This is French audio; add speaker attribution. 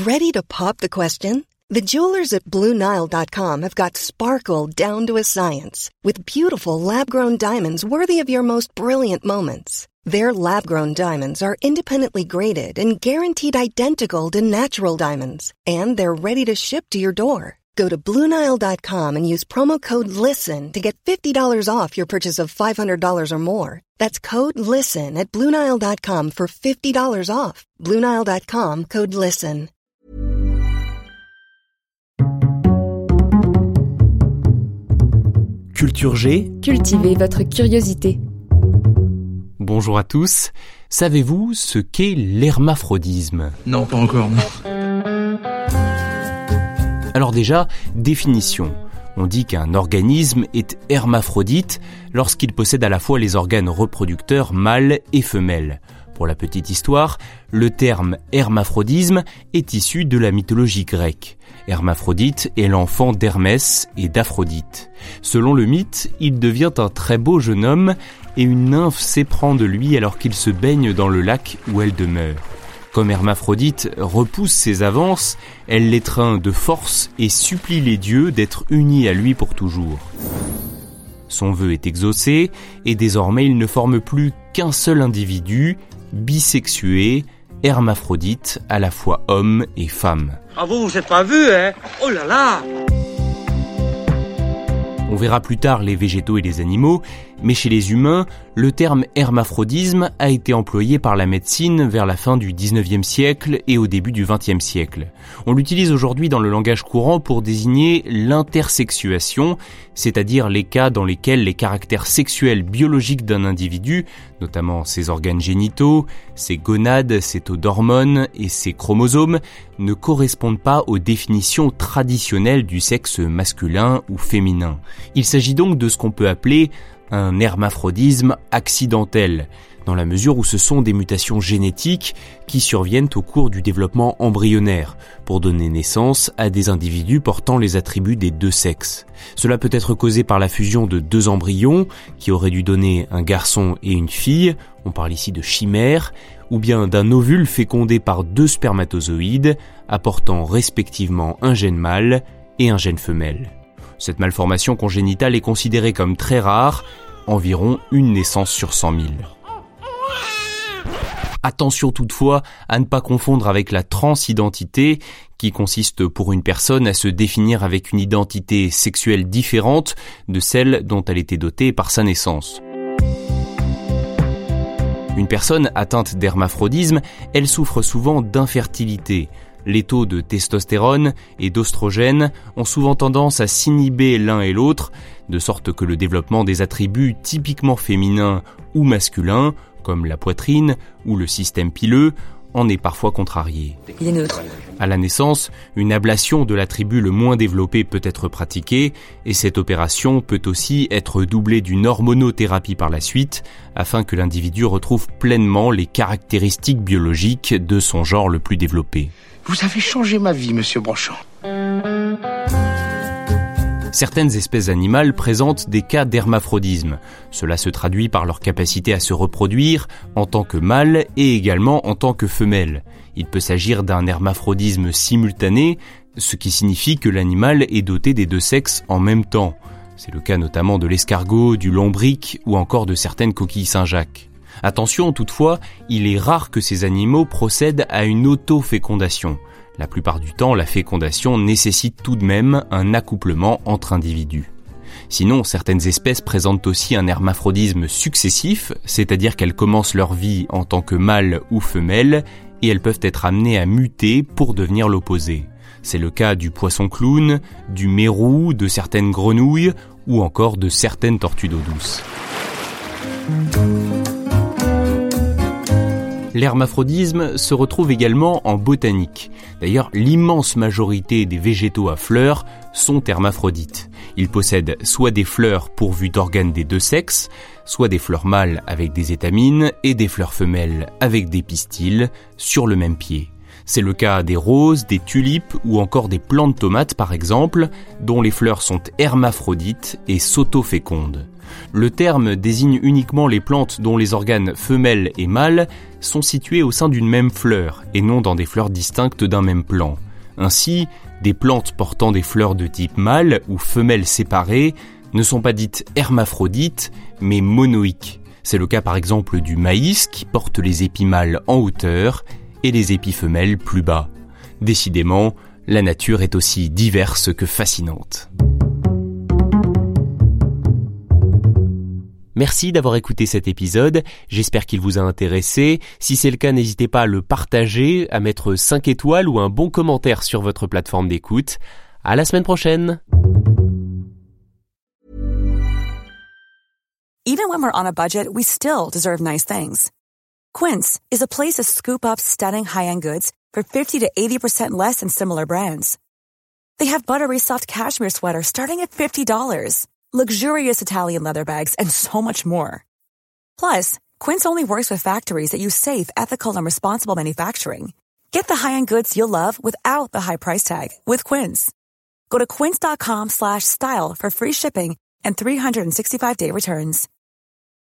Speaker 1: Ready to pop the question? The jewelers at BlueNile.com have got sparkle down to a science with beautiful lab-grown diamonds worthy of your most brilliant moments. Their lab-grown diamonds are independently graded and guaranteed identical to natural diamonds, and they're ready to ship to your door. Go to BlueNile.com and use promo code LISTEN to get $50 off your purchase of $500 or more. That's code LISTEN at BlueNile.com for $50 off. BlueNile.com, code LISTEN.
Speaker 2: Culture G.
Speaker 3: Cultivez votre curiosité.
Speaker 2: Bonjour à tous. Savez-vous ce qu'est l'hermaphrodisme ?
Speaker 4: Non, pas encore, non.
Speaker 2: Alors déjà, définition. On dit qu'un organisme est hermaphrodite lorsqu'il possède à la fois les organes reproducteurs mâles et femelles. Pour la petite histoire, le terme hermaphrodisme est issu de la mythologie grecque. Hermaphrodite est l'enfant d'Hermès et d'Aphrodite. Selon le mythe, il devient un très beau jeune homme et une nymphe s'éprend de lui alors qu'il se baigne dans le lac où elle demeure. Comme Hermaphrodite repousse ses avances, elle l'étreint de force et supplie les dieux d'être unis à lui pour toujours. Son vœu est exaucé et désormais il ne forme plus qu'un seul individu, bisexué, hermaphrodite, à la fois homme et femme.
Speaker 5: Ah vous êtes pas vu, hein? Oh là là!
Speaker 2: On verra plus tard les végétaux et les animaux, mais chez les humains, le terme hermaphrodisme a été employé par la médecine vers la fin du 19e siècle et au début du 20e siècle. On l'utilise aujourd'hui dans le langage courant pour désigner l'intersexuation, c'est-à-dire les cas dans lesquels les caractères sexuels biologiques d'un individu, notamment ses organes génitaux, ses gonades, ses taux d'hormones et ses chromosomes, ne correspondent pas aux définitions traditionnelles du sexe masculin ou féminin. Il s'agit donc de ce qu'on peut appeler un hermaphrodisme accidentel, dans la mesure où ce sont des mutations génétiques qui surviennent au cours du développement embryonnaire, pour donner naissance à des individus portant les attributs des deux sexes. Cela peut être causé par la fusion de deux embryons, qui auraient dû donner un garçon et une fille, on parle ici de chimère, ou bien d'un ovule fécondé par deux spermatozoïdes, apportant respectivement un gène mâle et un gène femelle. Cette malformation congénitale est considérée comme très rare, environ une naissance sur 100 000. Attention toutefois à ne pas confondre avec la transidentité, qui consiste pour une personne à se définir avec une identité sexuelle différente de celle dont elle était dotée par sa naissance. Une personne atteinte d'hermaphrodisme, elle souffre souvent d'infertilité. Les taux de testostérone et d'oestrogène ont souvent tendance à s'inhiber l'un et l'autre, de sorte que le développement des attributs typiquement féminins ou masculins, comme la poitrine ou le système pileux, en est parfois contrarié.
Speaker 3: Il est neutre.
Speaker 2: À la naissance, une ablation de l'attribut le moins développé peut être pratiquée, et cette opération peut aussi être doublée d'une hormonothérapie par la suite, afin que l'individu retrouve pleinement les caractéristiques biologiques de son genre le plus développé.
Speaker 4: Vous avez changé ma vie, monsieur Brochant.
Speaker 2: Certaines espèces animales présentent des cas d'hermaphrodisme. Cela se traduit par leur capacité à se reproduire en tant que mâle et également en tant que femelle. Il peut s'agir d'un hermaphrodisme simultané, ce qui signifie que l'animal est doté des deux sexes en même temps. C'est le cas notamment de l'escargot, du lombric ou encore de certaines coquilles Saint-Jacques. Attention toutefois, il est rare que ces animaux procèdent à une autofécondation. La plupart du temps, la fécondation nécessite tout de même un accouplement entre individus. Sinon, certaines espèces présentent aussi un hermaphrodisme successif, c'est-à-dire qu'elles commencent leur vie en tant que mâle ou femelle, et elles peuvent être amenées à muter pour devenir l'opposé. C'est le cas du poisson clown, du mérou, de certaines grenouilles, ou encore de certaines tortues d'eau douce. L'hermaphrodisme se retrouve également en botanique. D'ailleurs, l'immense majorité des végétaux à fleurs sont hermaphrodites. Ils possèdent soit des fleurs pourvues d'organes des deux sexes, soit des fleurs mâles avec des étamines et des fleurs femelles avec des pistils sur le même pied. C'est le cas des roses, des tulipes ou encore des plantes tomates par exemple, dont les fleurs sont hermaphrodites et s'autofécondent. Le terme désigne uniquement les plantes dont les organes femelles et mâles sont situés au sein d'une même fleur et non dans des fleurs distinctes d'un même plant. Ainsi, des plantes portant des fleurs de type mâle ou femelle séparées ne sont pas dites hermaphrodites, mais monoïques. C'est le cas par exemple du maïs qui porte les épis mâles en hauteur et les épis femelles plus bas. Décidément, la nature est aussi diverse que fascinante. Merci d'avoir écouté cet épisode, j'espère qu'il vous a intéressé. Si c'est le cas, n'hésitez pas à le partager, à mettre 5 étoiles ou un bon commentaire sur votre plateforme d'écoute. À la semaine prochaine!
Speaker 6: Even when we're on a budget, we still deserve nice things. Quince is a place to scoop up stunning high-end goods for 50 to 80% less than similar brands. They have buttery soft cashmere sweaters starting at $50, luxurious Italian leather bags, and so much more. Plus, Quince only works with factories that use safe, ethical, and responsible manufacturing. Get the high-end goods you'll love without the high price tag with Quince. Go to quince.com/style for free shipping and 365-day returns.